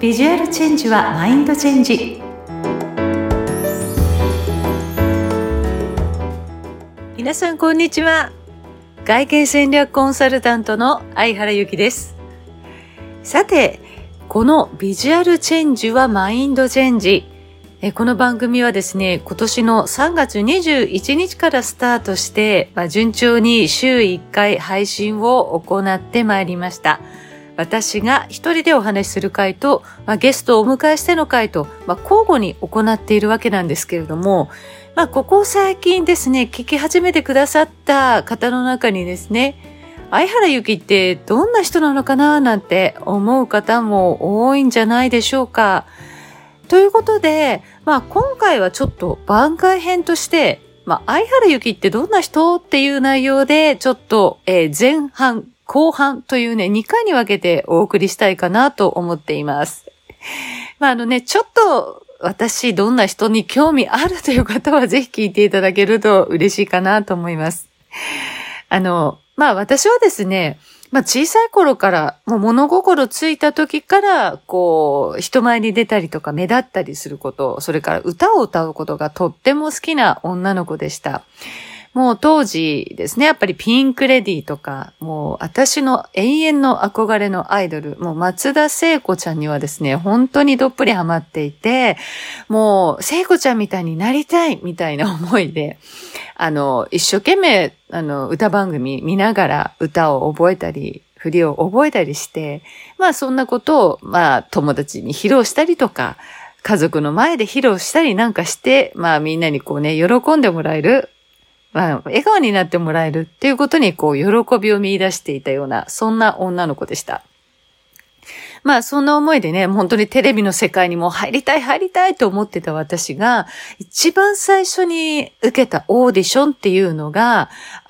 ビジュアルチェンジはマインドチェンジ。皆さんこんにちは。外見戦略コンサルタントの相原由紀です。さて、このビジュアルチェンジはマインドチェンジ。この番組はですね、今年の3月21日からスタートして、順調に週1回配信を行ってまいりました。私が一人でお話しする回と、ゲストをお迎えしての回と、交互に行っているわけなんですけれども、ここ最近ですね、聞き始めてくださった方の中にですね、相原由紀ってどんな人なのかななんて思う方も多いんじゃないでしょうか。ということで、今回はちょっと番外編として、相原由紀ってどんな人っていう内容で、ちょっと、前半、後半というね、2回に分けてお送りしたいかなと思っています。ちょっと私どんな人に興味あるという方はぜひ聞いていただけると嬉しいかなと思います。私はですね、小さい頃から、もう物心ついた時から、人前に出たりとか目立ったりすること、それから歌を歌うことがとっても好きな女の子でした。もう当時ですね、やっぱりピンクレディーとか、もう私の永遠の憧れのアイドル、もう松田聖子ちゃんにはですね、本当にどっぷりハマっていて、もう聖子ちゃんみたいになりたいみたいな思いで、一生懸命、歌番組見ながら歌を覚えたり、振りを覚えたりして、そんなことを、友達に披露したりとか、家族の前で披露したりなんかして、みんなに喜んでもらえる、笑顔になってもらえるっていうことに喜びを見出していたような、そんな女の子でした。そんな思いでね、本当にテレビの世界にも入りたいと思ってた私が、一番最初に受けたオーディションっていうのが、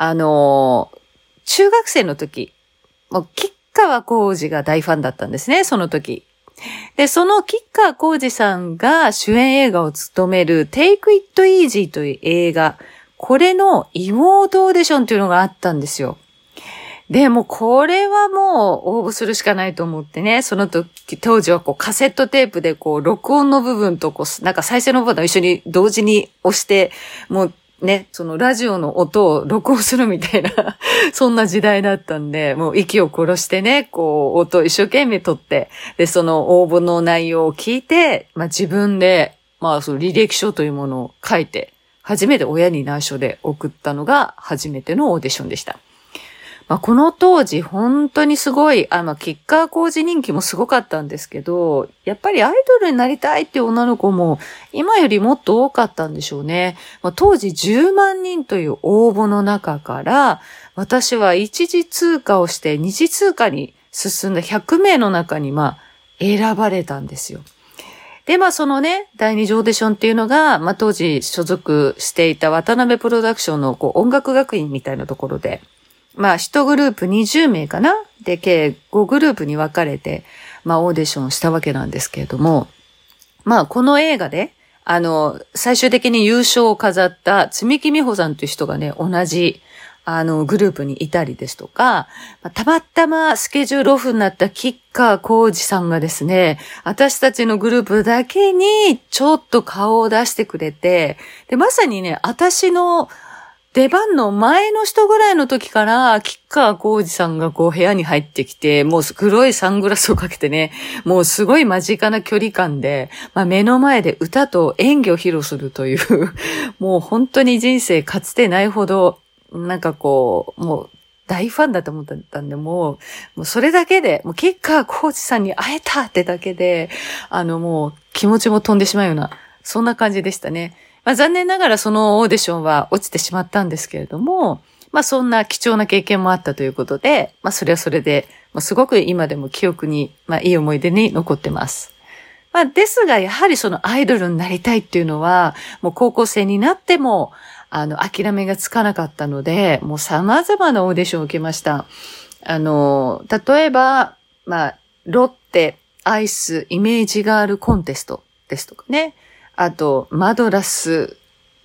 中学生の時、もう吉川晃司が大ファンだったんですね、その時。で、その吉川晃司さんが主演映画を務める Take It Easy という映画、これの妹オーディションっていうのがあったんですよ。で、もうこれはもう応募するしかないと思ってね、その時、当時はカセットテープで録音の部分と再生のボタンを一緒に同時に押して、もうね、そのラジオの音を録音するみたいな、そんな時代だったんで、もう息を殺してね、音を一生懸命取って、で、その応募の内容を聞いて、自分で、その履歴書というものを書いて、初めて親に内緒で送ったのが初めてのオーディションでした。この当時本当にすごい、吉川晃司人気もすごかったんですけど、やっぱりアイドルになりたいっていう女の子も今よりもっと多かったんでしょうね。当時10万人という応募の中から、私は一次通過をして二次通過に進んだ100名の中に選ばれたんですよ。で、そのね、第二次オーディションっていうのが、当時所属していた渡辺プロダクションの音楽学院みたいなところで、一グループ20名かなで、計5グループに分かれて、オーディションしたわけなんですけれども、この映画で、最終的に優勝を飾った積木美穂さんという人がね、同じ、グループにいたりですとか、たまたまスケジュールオフになった吉川晃司さんがですね、私たちのグループだけにちょっと顔を出してくれて、で、まさにね、私の出番の前の人ぐらいの時から、吉川晃司さんが部屋に入ってきて、もう黒いサングラスをかけてね、もうすごい間近な距離感で、目の前で歌と演技を披露するという、もう本当に人生かつてないほど、もう大ファンだと思ったんで、もうそれだけで、もう吉川晃司さんに会えたってだけで、もう気持ちも飛んでしまうような、そんな感じでしたね。残念ながらそのオーディションは落ちてしまったんですけれども、そんな貴重な経験もあったということで、それはそれで、すごく今でも記憶に、いい思い出に残ってます。ですが、やはりそのアイドルになりたいっていうのは、もう高校生になっても、諦めがつかなかったので、もう様々なオーディションを受けました。例えば、ロッテアイスイメージガールコンテストですとかね。あと、マドラス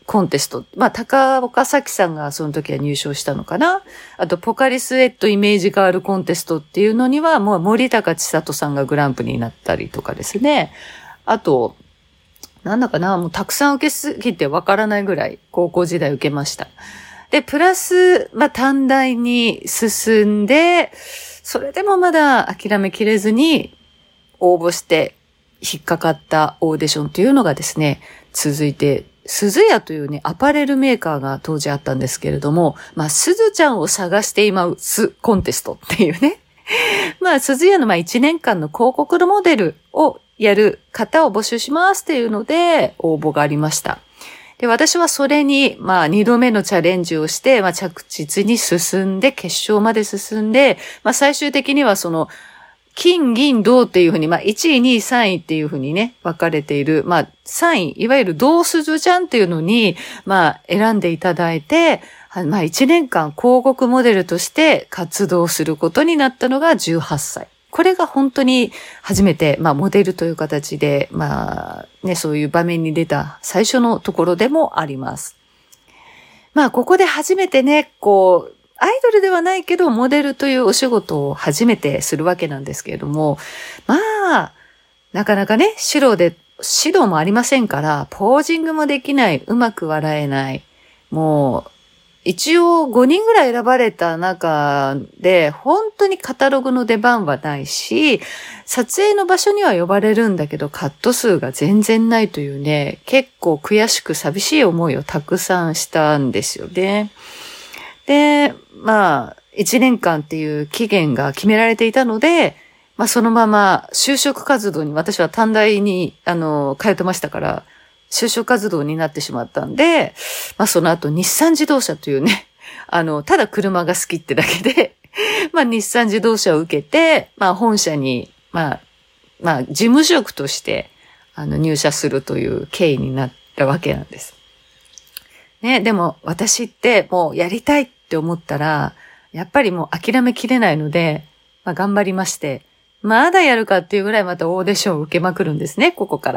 コンテスト。まあ、高岡早紀さんがその時は入賞したのかな。あと、ポカリスエットイメージガールコンテストっていうのには、もう森高千里さんがグランプリになったりとかですね。あと、なんだかな、もうたくさん受けすぎてわからないぐらい高校時代受けました。で、プラス、まあ、短大に進んで、それでもまだ諦めきれずに応募して引っかかったオーディションというのがですね、続いて、鈴屋というね、アパレルメーカーが当時あったんですけれども、まあ、鈴ちゃんを探して今うすコンテストっていうね。まあ、鈴屋の1年間の広告のモデルをやる方を募集しますっていうので応募がありました。で、私はそれに、2度目のチャレンジをして、着実に進んで、決勝まで進んで、最終的には金、銀、銅っていうふうに、1位、2位、3位っていうふうにね、分かれている、3位、いわゆる銅鈴ちゃんっていうのに、選んでいただいて、1年間広告モデルとして活動することになったのが18歳。これが本当に初めて、モデルという形で、そういう場面に出た最初のところでもあります。ここで初めてね、アイドルではないけど、モデルというお仕事を初めてするわけなんですけれども、なかなかね、指導もありませんから、ポージングもできない、うまく笑えない、もう、一応5人ぐらい選ばれた中で、本当にカタログの出番はないし、撮影の場所には呼ばれるんだけど、カット数が全然ないというね、結構悔しく寂しい思いをたくさんしたんですよね。で、1年間っていう期限が決められていたので、そのまま就職活動に、私は短大に、通ってましたから、就職活動になってしまったんで、その後日産自動車というね、ただ車が好きってだけで、日産自動車を受けて、本社に、事務職として、入社するという経緯になったわけなんです。ね、でも私ってもうやりたいって思ったら、やっぱりもう諦めきれないので、頑張りまして、まだやるかっていうぐらいまたオーディションを受けまくるんですね、ここから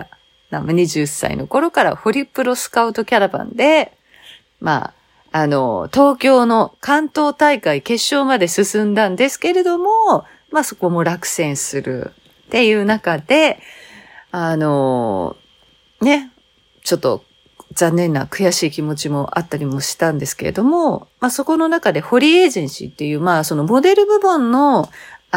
。20歳の頃からホリプロスカウトキャラバンで、東京の関東大会決勝まで進んだんですけれども、そこも落選するっていう中で、ちょっと残念な悔しい気持ちもあったりもしたんですけれども、そこの中でホリエージェンシーっていう、そのモデル部門の、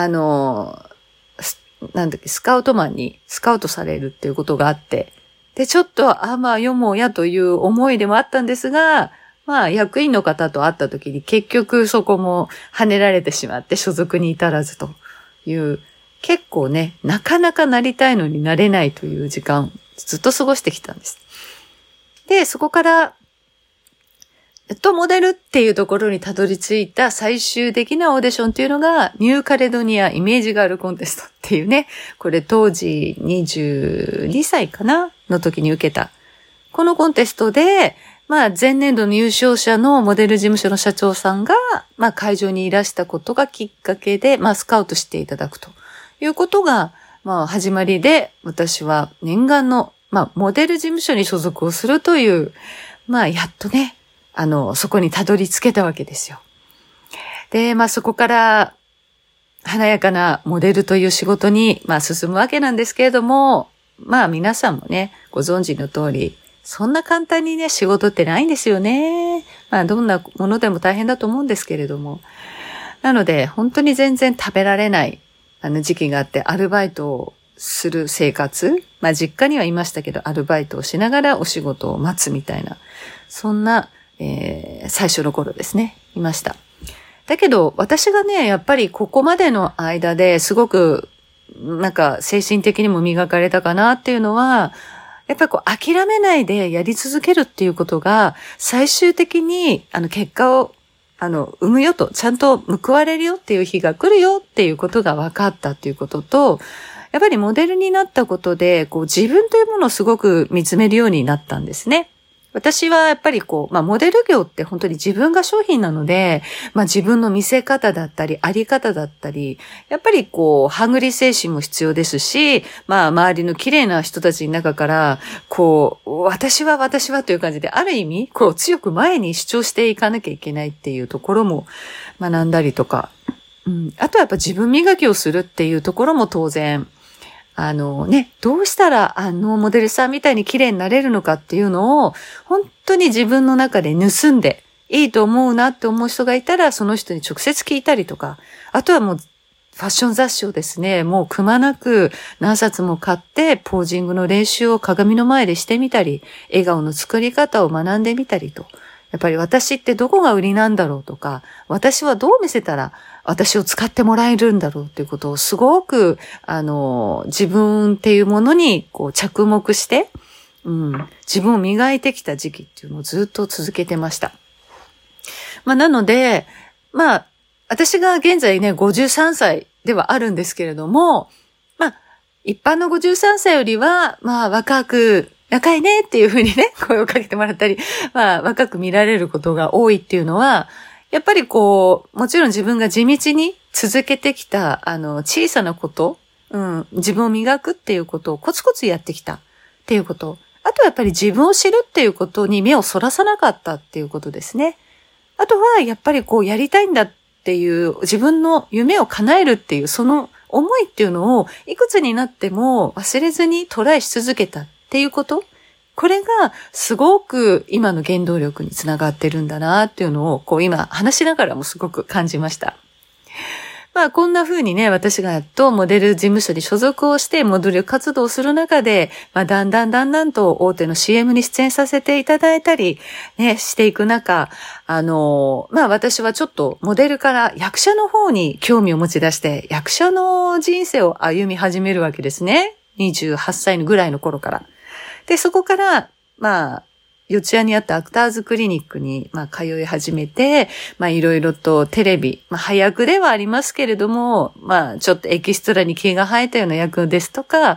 スカウトマンにスカウトされるっていうことがあって、で、ちょっと、よもやという思いでもあったんですが、役員の方と会った時に結局そこも跳ねられてしまって所属に至らずという、結構ね、なかなかなりたいのになれないという時間、ずっと過ごしてきたんです。で、そこから、やっとモデルっていうところにたどり着いた最終的なオーディションっていうのがニューカレドニアイメージガールコンテストっていうね、これ当時22歳かなの時に受けた。このコンテストで、前年度の優勝者のモデル事務所の社長さんが、会場にいらしたことがきっかけで、スカウトしていただくということが、始まりで、私は念願の、モデル事務所に所属をするという、やっとね、そこにたどり着けたわけですよ。で、そこから、華やかなモデルという仕事に、進むわけなんですけれども、皆さんもね、ご存知の通り、そんな簡単にね、仕事ってないんですよね。どんなものでも大変だと思うんですけれども。なので、本当に全然食べられない、時期があって、アルバイトをする生活。実家にはいましたけど、アルバイトをしながらお仕事を待つみたいな、そんな、最初の頃ですね、いました。だけど、私がね、やっぱりここまでの間ですごく、精神的にも磨かれたかなっていうのは、やっぱり諦めないでやり続けるっていうことが、最終的に、結果を、生むよと、ちゃんと報われるよっていう日が来るよっていうことが分かったっていうことと、やっぱりモデルになったことで、自分というものをすごく見つめるようになったんですね。 私はやっぱりモデル業って本当に自分が商品なので、自分の見せ方だったり、あり方だったり、やっぱりハングリー精神も必要ですし、周りの綺麗な人たちの中から、私はという感じで、ある意味、強く前に主張していかなきゃいけないっていうところも学んだりとか、あとはやっぱ自分磨きをするっていうところも当然、どうしたらモデルさんみたいに綺麗になれるのかっていうのを、本当に自分の中で盗んでいいと思うなって思う人がいたら、その人に直接聞いたりとか、あとはもうファッション雑誌をですね、もうくまなく何冊も買って、ポージングの練習を鏡の前でしてみたり、笑顔の作り方を学んでみたりと、やっぱり私ってどこが売りなんだろうとか、私はどう見せたら私を使ってもらえるんだろうっていうことをすごく、自分っていうものに着目して、自分を磨いてきた時期っていうのをずっと続けてました。なので、私が現在ね、53歳ではあるんですけれども、一般の53歳よりは、若いねっていうふうにね、声をかけてもらったり、若く見られることが多いっていうのは、やっぱりもちろん自分が地道に続けてきた、小さなこと、自分を磨くっていうことをコツコツやってきたっていうこと。あとはやっぱり自分を知るっていうことに目をそらさなかったっていうことですね。あとはやっぱりやりたいんだっていう自分の夢を叶えるっていうその思いっていうのをいくつになっても忘れずにトライし続けたっていうこと。これがすごく今の原動力につながってるんだなっていうのを今話しながらもすごく感じました。こんな風にね、私がやっとモデル事務所に所属をしてモデル活動をする中で、だんだんと大手の CM に出演させていただいたり、ね、していく中、私はちょっとモデルから役者の方に興味を持ち出して、役者の人生を歩み始めるわけですね。28歳ぐらいの頃から。で、そこから、四谷にあったアクターズクリニックに、通い始めて、いろいろとテレビ、配役ではありますけれども、ちょっとエキストラに毛が生えたような役ですとか、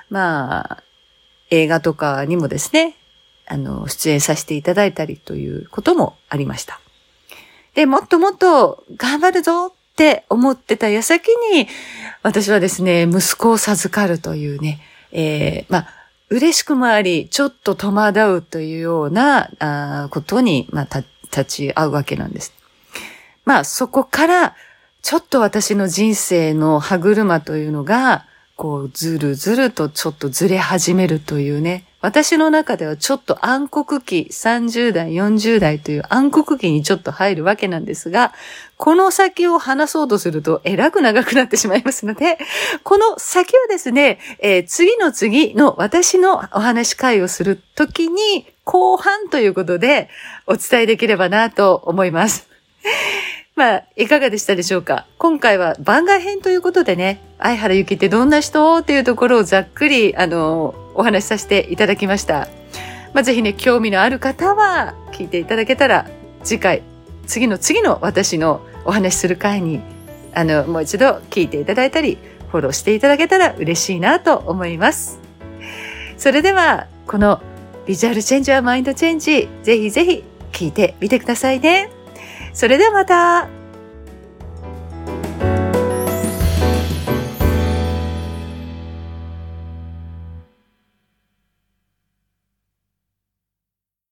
映画とかにもですね、出演させていただいたりということもありました。で、もっともっと頑張るぞって思ってた矢先に、私はですね、息子を授かるというね、嬉しくもあり、ちょっと戸惑うというようなことに、立ち会うわけなんです。そこから、ちょっと私の人生の歯車というのが、ずるずるとちょっとずれ始めるというね、私の中ではちょっと暗黒期、30代、40代という暗黒期にちょっと入るわけなんですが、この先を話そうとするとえらく長くなってしまいますので、この先はですね、次の私のお話会をするときに後半ということでお伝えできればなと思います。いかがでしたでしょうか。今回は番外編ということでね、相原由紀ってどんな人っていうところをざっくり、お話しさせていただきました。ぜひね、興味のある方は聞いていただけたら、次の私のお話しする回に、もう一度聞いていただいたり、フォローしていただけたら嬉しいなと思います。それでは、このビジュアルチェンジはマインドチェンジ、ぜひぜひ聞いてみてくださいね。それではまた。